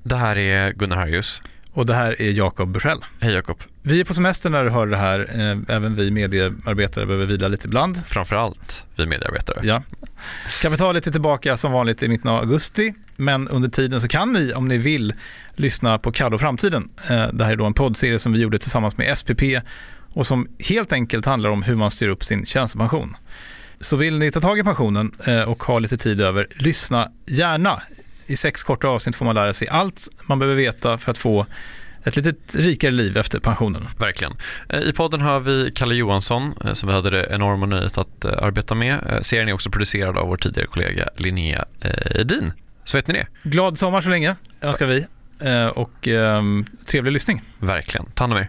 Det här är Gunnar Harjus. Och det här är Jakob Bursell. Hej Jakob. Vi är på semester när du hör det här. Även vi mediearbetare behöver vila lite ibland. Framförallt vi mediearbetare. Ja. Kapitalet är tillbaka som vanligt i mitten av augusti. Men under tiden så kan ni, om ni vill, lyssna på Kaddo Framtiden. Det här är då en poddserie som vi gjorde tillsammans med SPP och som helt enkelt handlar om hur man styr upp sin tjänstepension. Så vill ni ta tag i pensionen och ha lite tid över, lyssna gärna. I 6 korta avsnitt får man lära sig allt man behöver veta för att få ett lite rikare liv efter pensionen. Verkligen. I podden har vi Kalle Johansson som vi hade det enorma nöjet att arbeta med. Serien är också producerad av vår tidigare kollega Linnea Edin. Så vet ni det. Glad sommar så länge, önskar vi. Och trevlig lyssning. Verkligen. Ta hand om er.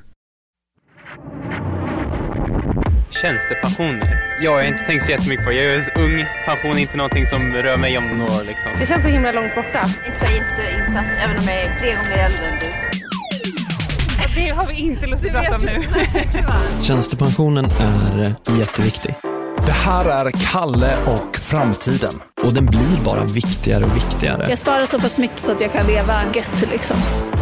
Tjänstepensioner. Jag har inte tänkt så jättemycket på. Jag är ung. Pension är inte någonting som rör mig om några år liksom. Det känns så himla långt borta. Inte så jätteinsatt, även om jag är 3 gånger äldre än du. Det har vi inte lust att prata om nu. Tjänstepensionen är jätteviktig. Det här är Kalle och framtiden. Och den blir bara viktigare och viktigare. Jag sparar så pass mycket så att jag kan leva gött liksom.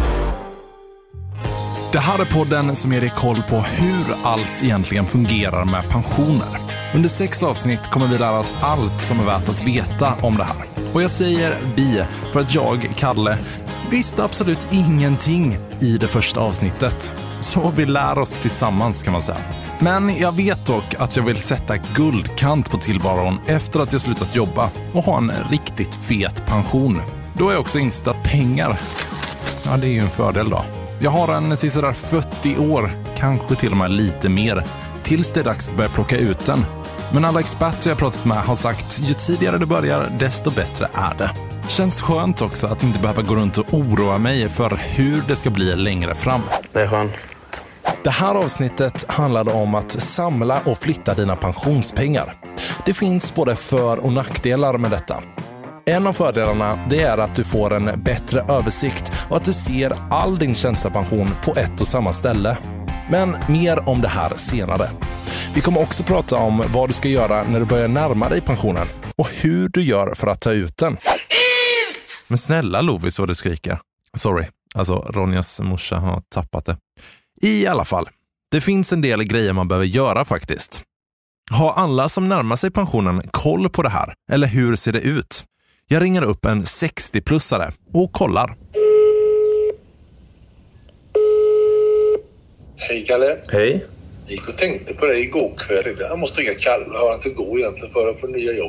Det här är podden som ger dig koll på hur allt egentligen fungerar med pensioner. Under 6 avsnitt kommer vi lära oss allt som är värt att veta om det här. Och jag säger vi för att jag, Kalle, visste absolut ingenting i det första avsnittet. Så vi lär oss tillsammans kan man säga. Men jag vet dock att jag vill sätta guldkant på tillvaron efter att jag slutat jobba och ha en riktigt fet pension. Då har jag också insett att pengar, ja det är ju en fördel då. Jag har en sådär 40 år, kanske till och med lite mer, tills det är dags att börja plocka ut den. Men alla experter jag pratat med har sagt, ju tidigare det börjar, desto bättre är det. Känns skönt också att inte behöva gå runt och oroa mig för hur det ska bli längre fram. Det är skönt. Det här avsnittet handlade om att samla och flytta dina pensionspengar. Det finns både för- och nackdelar med detta. En av fördelarna det är att du får en bättre översikt och att du ser all din tjänstepension på ett och samma ställe. Men mer om det här senare. Vi kommer också prata om vad du ska göra när du börjar närma dig pensionen och hur du gör för att ta ut den. Men snälla Lovis vad du skriker. Sorry, alltså Ronjas morsa har tappat det. I alla fall, det finns en del grejer man behöver göra faktiskt. Har alla som närmar sig pensionen koll på det här? Eller hur ser det ut? Jag ringer upp en 60-plussare och kollar. Hej Kalle. Hej. Jag gick och tänkte på det igår kväll. Jag måste ringa Kalle. Jag har inte gå egentligen för att få nya jobb.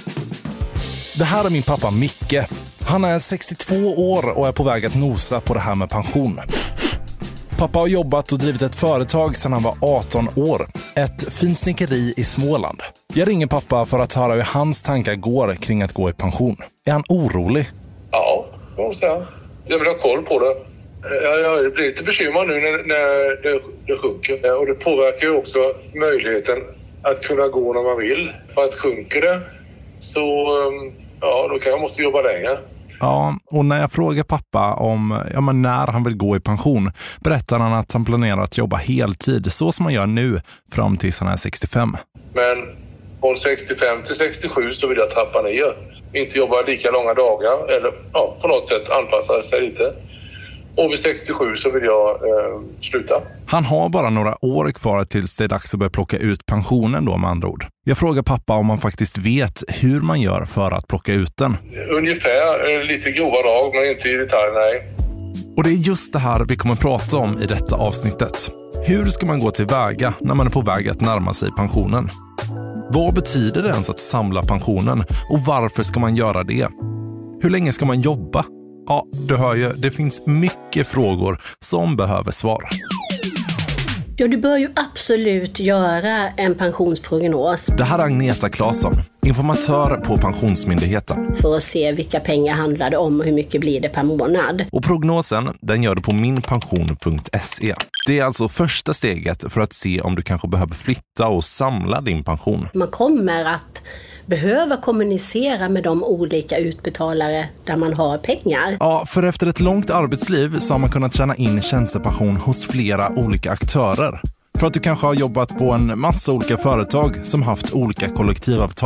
Det här är min pappa Micke. Han är 62 år och är på väg att nosa på det här med pension. Pappa har jobbat och drivit ett företag sedan han var 18 år. Ett finsnickeri i Småland. Jag ringer pappa för att höra hur hans tankar går kring att gå i pension. Är han orolig? Ja, det måste jag. Jag vill ha koll på det. Jag blir lite bekymrad nu när det sjunker. Och det påverkar ju också möjligheten att kunna gå när man vill. För att sjunker det så då kan jag måste jobba längre. Ja, och när jag frågar pappa om när han vill gå i pension berättar han att han planerar att jobba heltid så som man gör nu fram tills han är 65. Men från 65 till 67 så vill jag trappa ner. Inte jobba lika långa dagar eller på något sätt anpassa sig lite. Och vid 67 så vill jag sluta. Han har bara några år kvar tills det är dags att börja plocka ut pensionen då med andra ord. Jag frågar pappa om han faktiskt vet hur man gör för att plocka ut den. Ungefär lite grova drag men inte i detalj, nej. Och det är just det här vi kommer prata om i detta avsnittet. Hur ska man gå tillväga när man är på väg att närma sig pensionen? Vad betyder det ens att samla pensionen och varför ska man göra det? Hur länge ska man jobba? Ja, du hör ju, det finns mycket frågor som behöver svar. Ja, du bör ju absolut göra en pensionsprognos. Det här är Agneta Claesson, informatör på Pensionsmyndigheten. För att se vilka pengar handlar det om och hur mycket blir det per månad. Och prognosen, den gör du på minpension.se. Det är alltså första steget för att se om du kanske behöver flytta och samla din pension. Man kommer att behöva kommunicera med de olika utbetalare där man har pengar. Ja, för efter ett långt arbetsliv så har man kunnat tjäna in tjänstepension hos flera olika aktörer. För att du kanske har jobbat på en massa olika företag som haft olika kollektivavtal.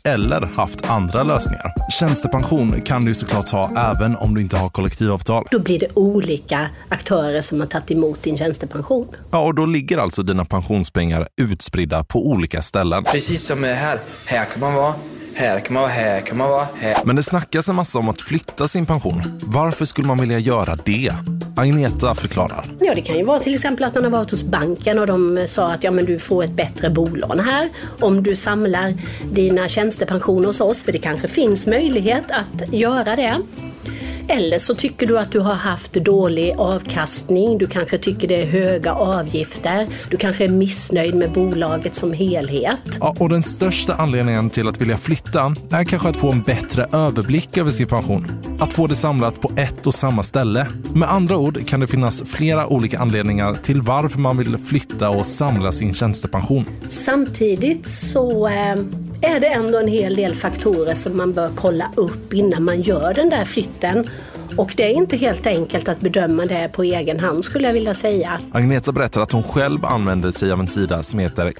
eller haft andra lösningar. Tjänstepension kan du såklart ha även om du inte har kollektivavtal. Då blir det olika aktörer som har tagit emot din tjänstepension. Ja, och då ligger alltså dina pensionspengar utspridda på olika ställen. Precis som här. Här kan man vara. Här kan man vara, här kan man vara, här. Men det snackas en massa om att flytta sin pension. Varför skulle man vilja göra det? Agneta förklarar. Ja, det kan ju vara till exempel att man har varit hos banken och de sa att men du får ett bättre bolån här om du samlar dina tjänstepensioner hos oss, för det kanske finns möjlighet att göra det. Eller så tycker du att du har haft dålig avkastning, du kanske tycker det är höga avgifter, du kanske är missnöjd med bolaget som helhet. Ja, och den största anledningen till att vilja flytta är kanske att få en bättre överblick över sin pension. Att få det samlat på ett och samma ställe. Med andra ord kan det finnas flera olika anledningar till varför man vill flytta och samla sin tjänstepension. Samtidigt så är det ändå en hel del faktorer som man bör kolla upp innan man gör den där flytten. Och det är inte helt enkelt att bedöma det på egen hand, skulle jag vilja säga. Agneta berättar att hon själv använder sig av en sida som heter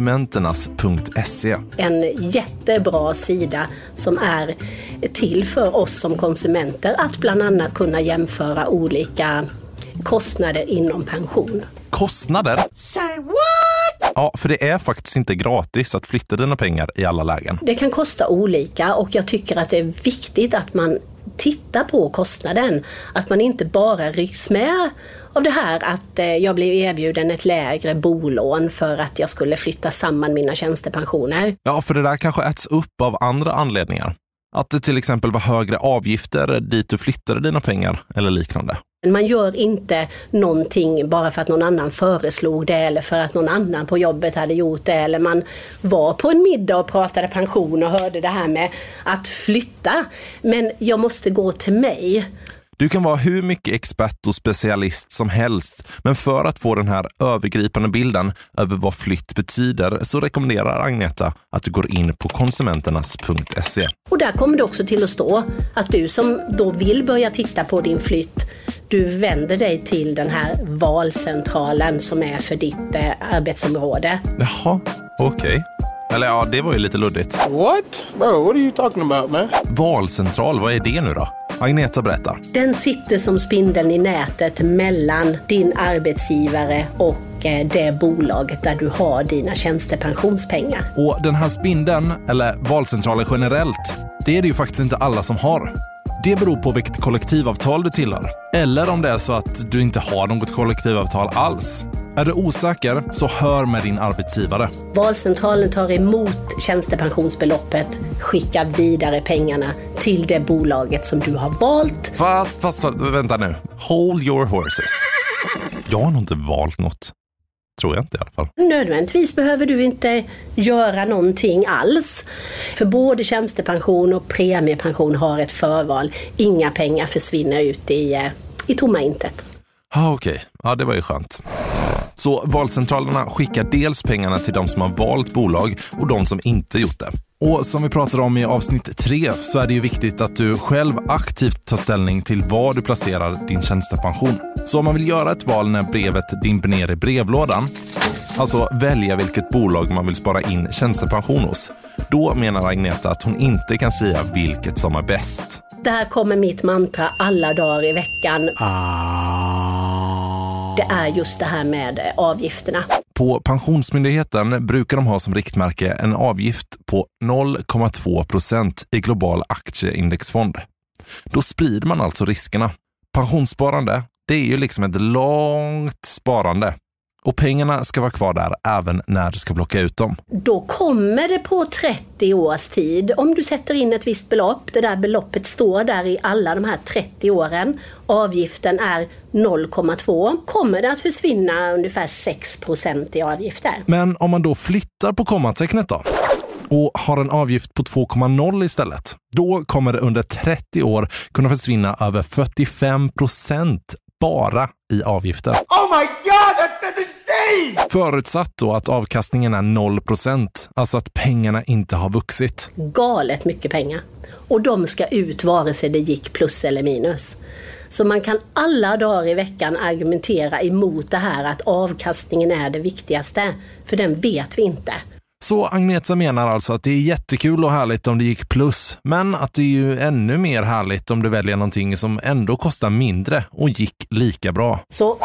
konsumenternas.se. En jättebra sida som är till för oss som konsumenter att bland annat kunna jämföra olika kostnader inom pension. Kostnader? Say what? Ja, för det är faktiskt inte gratis att flytta dina pengar i alla lägen. Det kan kosta olika och jag tycker att det är viktigt att man tittar på kostnaden. Att man inte bara rycks med av det här att jag blev erbjuden ett lägre bolån för att jag skulle flytta samman mina tjänstepensioner. Ja, för det där kanske äts upp av andra anledningar. Att det till exempel var högre avgifter dit du flyttade dina pengar eller liknande. Man gör inte någonting bara för att någon annan föreslog det eller för att någon annan på jobbet hade gjort det, eller man var på en middag och pratade pension och hörde det här med att flytta. Men jag måste gå till mig. Du kan vara hur mycket expert och specialist som helst, men för att få den här övergripande bilden över vad flytt betyder så rekommenderar Agneta att du går in på konsumenternas.se. Och där kommer det också till att stå att du som då vill börja titta på din flytt, du vänder dig till den här valcentralen som är för ditt arbetsområde. Jaha, okej. Eller ja, det var ju lite luddigt. What? Bro, what are you talking about, man? Valcentral, vad är det nu då? Agneta berättar. Den sitter som spindeln i nätet mellan din arbetsgivare och det bolaget där du har dina tjänstepensionspengar. Och den här spindeln, eller valcentralen generellt, det är det ju faktiskt inte alla som har. Det beror på vilket kollektivavtal du tillhör. Eller om det är så att du inte har något kollektivavtal alls. Är du osäker så hör med din arbetsgivare. Valcentralen tar emot tjänstepensionsbeloppet, skickar vidare pengarna till det bolaget som du har valt. Fast vänta nu. Hold your horses. Jag har nog inte valt något. Tror jag inte i alla fall. Nödvändigtvis behöver du inte göra någonting alls. För både tjänstepension och premiepension har ett förval. Inga pengar försvinner ut i tomma intet. Okej. Ja, det var ju skönt. Så valcentralerna skickar dels pengarna till de som har valt bolag och de som inte gjort det. Och som vi pratade om i avsnitt 3 så är det ju viktigt att du själv aktivt tar ställning till var du placerar din tjänstepension. Så om man vill göra ett val när brevet dimper ner i brevlådan, alltså välja vilket bolag man vill spara in tjänstepension hos, då menar Agneta att hon inte kan säga vilket som är bäst. Det här kommer mitt mantra alla dagar i veckan. Det är just det här med avgifterna. På Pensionsmyndigheten brukar de ha som riktmärke en avgift på 0,2% i global aktieindexfond. Då sprider man alltså riskerna. Pensionssparande, det är ju liksom ett långt sparande. Och pengarna ska vara kvar där även när du ska plocka ut dem. Då kommer det på 30 års tid. Om du sätter in ett visst belopp, det där beloppet står där i alla de här 30 åren. Avgiften är 0,2. Kommer det att försvinna ungefär 6% i avgifter. Men om man då flyttar på kommatecknet då? Och har en avgift på 2,0 istället. Då kommer det under 30 år kunna försvinna över 45% bara i avgifter. Oh my god, that's insane! Förutsatt då att avkastningen är 0%, alltså att pengarna inte har vuxit. Galet mycket pengar. Och de ska ut vare sig det gick plus eller minus. Så man kan alla dagar i veckan argumentera emot det här att avkastningen är det viktigaste. För den vet vi inte. Så Agneta menar alltså att det är jättekul och härligt om det gick plus, men att det är ju ännu mer härligt om du väljer någonting som ändå kostar mindre och gick lika bra. Så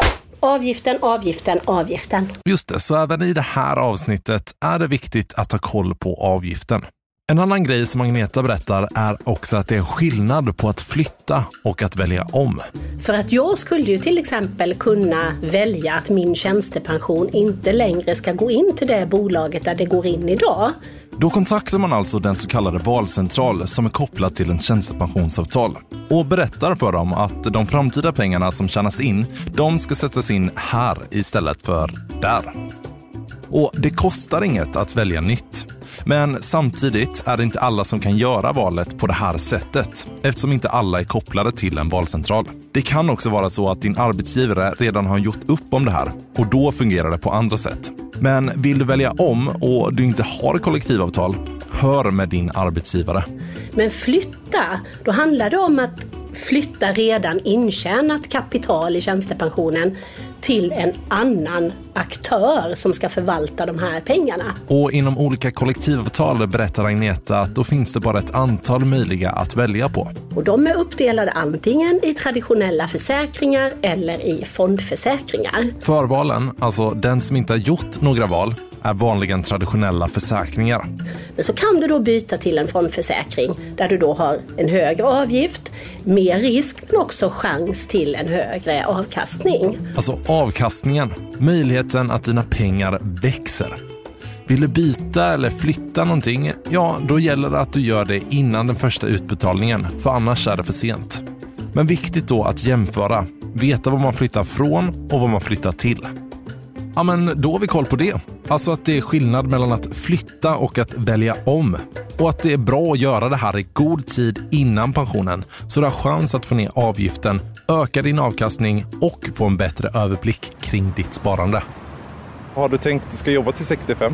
avgiften. Just det, så även i det här avsnittet är det viktigt att ha koll på avgiften. En annan grej som Agneta berättar är också att det är skillnad på att flytta och att välja om. För att jag skulle ju till exempel kunna välja att min tjänstepension inte längre ska gå in till det bolaget där det går in idag. Då kontaktar man alltså den så kallade valcentral som är kopplad till en tjänstepensionsavtal och berättar för dem att de framtida pengarna som tjänas in, de ska sättas in här istället för där. Och det kostar inget att välja nytt. Men samtidigt är det inte alla som kan göra valet på det här sättet eftersom inte alla är kopplade till en valcentral. Det kan också vara så att din arbetsgivare redan har gjort upp om det här och då fungerar det på andra sätt. Men vill du välja om och du inte har kollektivavtal, hör med din arbetsgivare. Men flytta, då handlar det om att flytta redan intjänat kapital i tjänstepensionen till en annan aktör som ska förvalta de här pengarna. Och inom olika kollektivavtal berättar Agneta att då finns det bara ett antal möjliga att välja på. Och de är uppdelade antingen i traditionella försäkringar eller i fondförsäkringar. Förvalen, alltså den som inte har gjort några val, är vanligen traditionella försäkringar. Men så kan du då byta till en fondförsäkring där du då har en högre avgift, mer risk men också chans till en högre avkastning. Alltså avkastningen, möjligheten att dina pengar växer. Vill du byta eller flytta någonting, ja då gäller det att du gör det innan den första utbetalningen, för annars är det för sent. Men viktigt då att jämföra, veta vad man flyttar från och vad man flyttar till. Ja men då har vi koll på det. Alltså att det är skillnad mellan att flytta och att välja om. Och att det är bra att göra det här i god tid innan pensionen. Så du har chans att få ner avgiften, öka din avkastning och få en bättre överblick kring ditt sparande. Har du tänkt att du ska jobba till 65?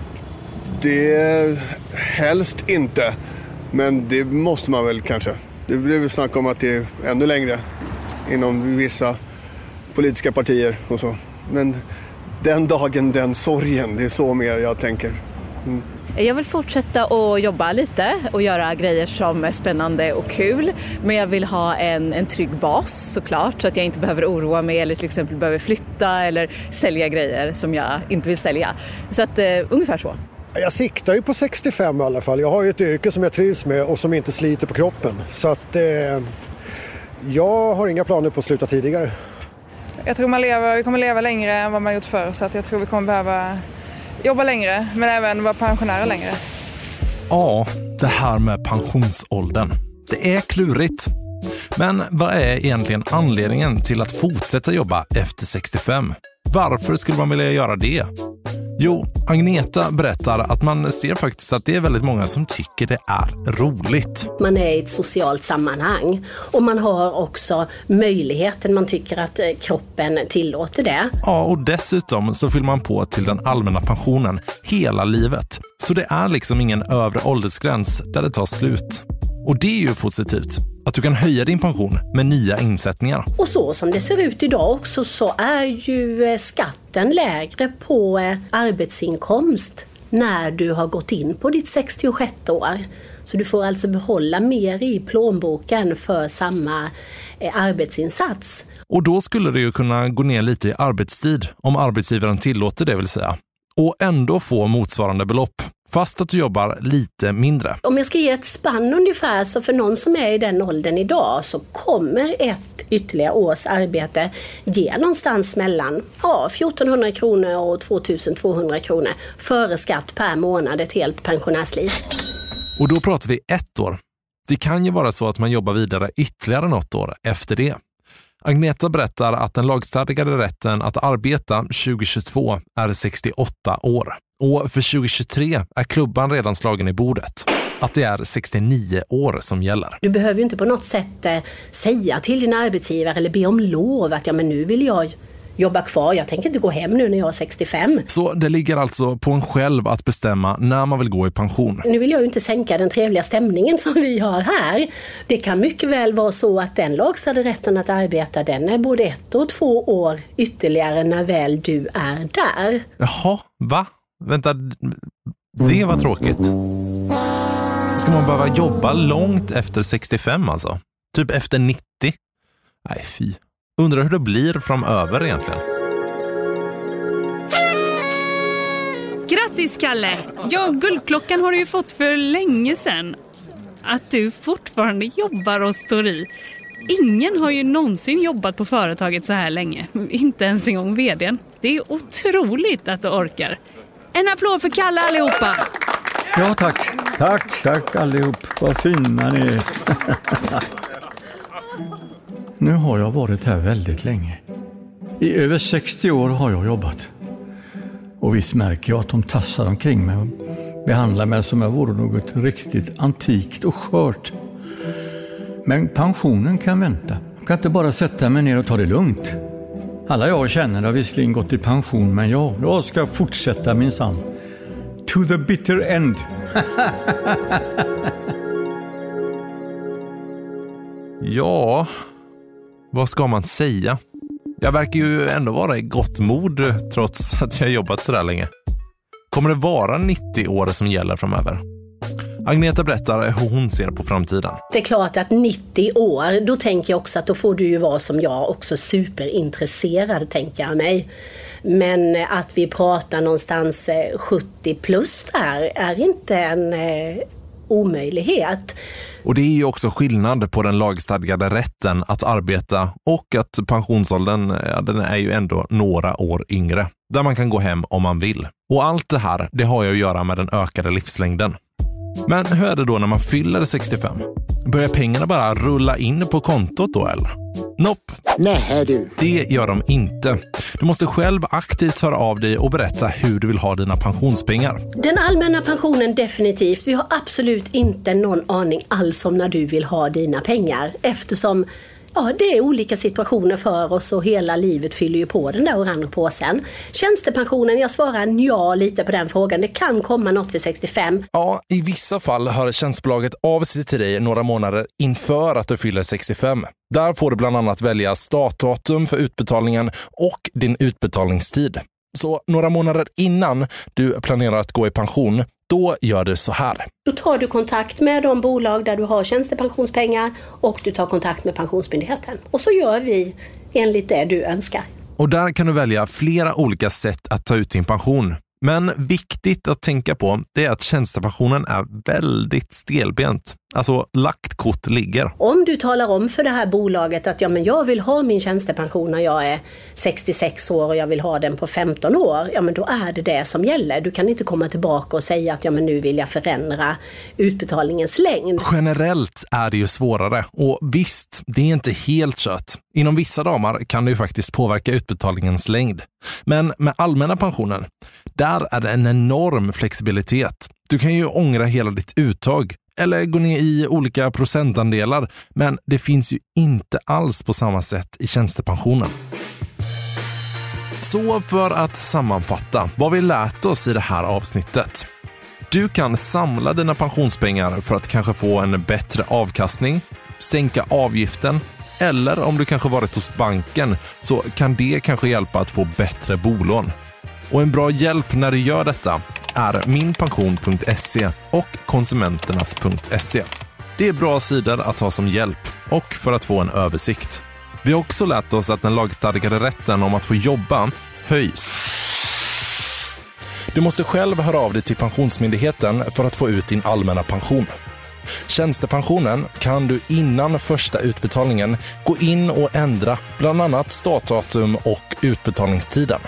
Det helst inte. Men det måste man väl kanske. Det blir väl snack om att det är ännu längre inom vissa politiska partier och så. Men den dagen, den sorgen, det är så mer jag tänker. Mm. Jag vill fortsätta att jobba lite och göra grejer som är spännande och kul. Men jag vill ha en trygg bas såklart så att jag inte behöver oroa mig eller till exempel behöver flytta eller sälja grejer som jag inte vill sälja. Så att ungefär så. Jag siktar ju på 65 i alla fall. Jag har ju ett yrke som jag trivs med och som inte sliter på kroppen. Så att jag har inga planer på att sluta tidigare. Jag tror vi kommer leva längre än vad man gjort förr så att jag tror vi kommer behöva jobba längre men även vara pensionärer längre. Ja, det här med pensionsåldern. Det är klurigt. Men vad är egentligen anledningen till att fortsätta jobba efter 65? Varför skulle man vilja göra det? Jo, Agneta berättar att man ser faktiskt att det är väldigt många som tycker det är roligt. Man är i ett socialt sammanhang och man har också möjligheten, man tycker att kroppen tillåter det. Ja, och dessutom så fyller man på till den allmänna pensionen hela livet. Så det är liksom ingen övre åldersgräns där det tar slut. Och det är ju positivt, att du kan höja din pension med nya insättningar. Och så som det ser ut idag också så är ju skatten lägre på arbetsinkomst när du har gått in på ditt 66 år. Så du får alltså behålla mer i plånboken för samma arbetsinsats. Och då skulle du ju kunna gå ner lite i arbetstid om arbetsgivaren tillåter det vill säga. Och ändå få motsvarande belopp. Fast att du jobbar lite mindre. Om jag ska ge ett spann ungefär så för någon som är i den åldern idag så kommer ett ytterligare års arbete ge någonstans mellan 1400 kronor och 2200 kronor före skatt per månad ett helt pensionärsliv. Och då pratar vi 1 år. Det kan ju vara så att man jobbar vidare ytterligare något år efter det. Agneta berättar att den lagstadgade rätten att arbeta 2022 är 68 år. Och för 2023 är klubban redan slagen i bordet. Att det är 69 år som gäller. Du behöver ju inte på något sätt säga till din arbetsgivare eller be om lov att men nu vill jag jobba kvar. Jag tänker inte gå hem nu när jag är 65. Så det ligger alltså på en själv att bestämma när man vill gå i pension. Nu vill jag ju inte sänka den trevliga stämningen som vi har här. Det kan mycket väl vara så att den lagstadgade rätten att arbeta den är både 1 och 2 år ytterligare när väl du är där. Jaha, va? Vänta, Det var tråkigt. Ska man behöva jobba långt efter 65 alltså? Typ efter 90? Nej, fy. Undrar hur det blir framöver egentligen. Grattis, Kalle! Ja, guldklockan har du ju fått för länge sedan. Att du fortfarande jobbar och står i. Ingen har ju någonsin jobbat på företaget så här länge. Inte ens en gång vdn. Det är otroligt att du orkar. En applåd för Kalle allihopa! Ja, tack. Tack allihop. Vad fina ni är. Nu har jag varit här väldigt länge. I över 60 år har jag jobbat. Och visst märker jag att de tassar omkring mig och behandlar mig som jag vore något riktigt antikt och skört. Men pensionen kan vänta. Jag kan inte bara sätta mig ner och ta det lugnt. Alla jag känner har visserligen gått i pension, men jag ska fortsätta minsann. To the bitter end. Ja, vad ska man säga? Jag verkar ju ändå vara i gott mod trots att jag jobbat så där länge. Kommer det vara 90 år som gäller framöver? Agneta berättar hur hon ser på framtiden. Det är klart att 90 år, då tänker jag också att då får du ju vara som jag också superintresserad, tänker jag mig. Men att vi pratar någonstans 70 plus är inte en omöjlighet. Och det är ju också skillnad på den lagstadgade rätten att arbeta och att pensionsåldern, den är ju ändå några år yngre. Där man kan gå hem om man vill. Och allt det här, det har ju att göra med den ökade livslängden. Men hur är det då när man fyller 65? Börjar pengarna bara rulla in på kontot då eller? Nope. Nej du. Det gör de inte. Du måste själv aktivt höra av dig och berätta hur du vill ha dina pensionspengar. Den allmänna pensionen definitivt. Vi har absolut inte någon aning alls om när du vill ha dina pengar. Eftersom det är olika situationer för oss och hela livet fyller ju på den där orange påsen. Tjänstepensionen, jag svarar ja lite på den frågan. Det kan komma något vid 65. Ja, i vissa fall hör tjänstebolaget av sig till dig några månader inför att du fyller 65. Där får du bland annat välja startdatum för utbetalningen och din utbetalningstid. Så några månader innan du planerar att gå i pension, då gör du så här. Då tar du kontakt med de bolag där du har tjänstepensionspengar och du tar kontakt med Pensionsmyndigheten. Och så gör vi enligt det du önskar. Och där kan du välja flera olika sätt att ta ut din pension. Men viktigt att tänka på, det är att tjänstepensionen är väldigt stelbent. Alltså lagt kort ligger. Om du talar om för det här bolaget att jag vill ha min tjänstepension när jag är 66 år och jag vill ha den på 15 år. Men då är det som gäller. Du kan inte komma tillbaka och säga att men nu vill jag förändra utbetalningens längd. Generellt är det ju svårare. Och visst, det är inte helt kört. Inom vissa ramar kan det ju faktiskt påverka utbetalningens längd. Men med allmänna pensionen, där är det en enorm flexibilitet. Du kan ju ångra hela ditt uttag eller gå ner i olika procentandelar, men det finns ju inte alls på samma sätt i tjänstepensionen. Så för att sammanfatta vad vi lärt oss i det här avsnittet. Du kan samla dina pensionspengar för att kanske få en bättre avkastning, sänka avgiften, eller om du kanske varit hos banken så kan det kanske hjälpa att få bättre bolån. Och en bra hjälp när du gör detta är minpension.se och konsumenternas.se. Det är bra sidor att ha som hjälp och för att få en översikt. Vi har också lärt oss att den lagstadgade rätten om att få jobba höjs. Du måste själv höra av dig till Pensionsmyndigheten för att få ut din allmänna pension. Tjänstepensionen kan du innan första utbetalningen gå in och ändra bland annat startdatum och utbetalningstiden.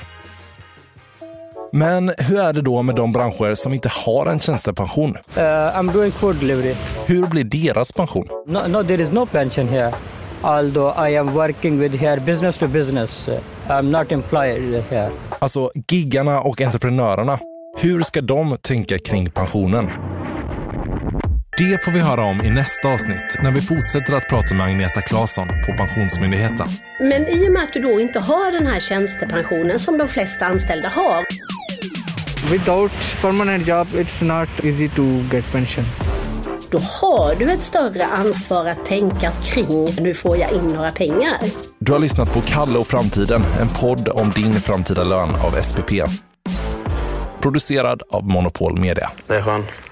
Men hur är det då med de branscher som inte har en tjänstepension? I'm doing food delivery. Hur blir deras pension? No, there is no pension here. Although I am working with here business to business. I'm not employed here. Alltså giggarna och entreprenörerna. Hur ska de tänka kring pensionen? Det får vi höra om i nästa avsnitt när vi fortsätter att prata med Agneta Claesson på Pensionsmyndigheten. Men i och med att du då inte har den här tjänstepensionen som de flesta anställda har. Without permanent job it's not easy to get pension. Då har du ett större ansvar att tänka kring hur får jag in några pengar. Du har lyssnat på Kalle och framtiden, en podd om din framtida lön av SPP. Producerad av Monopol Media. Det är skönt.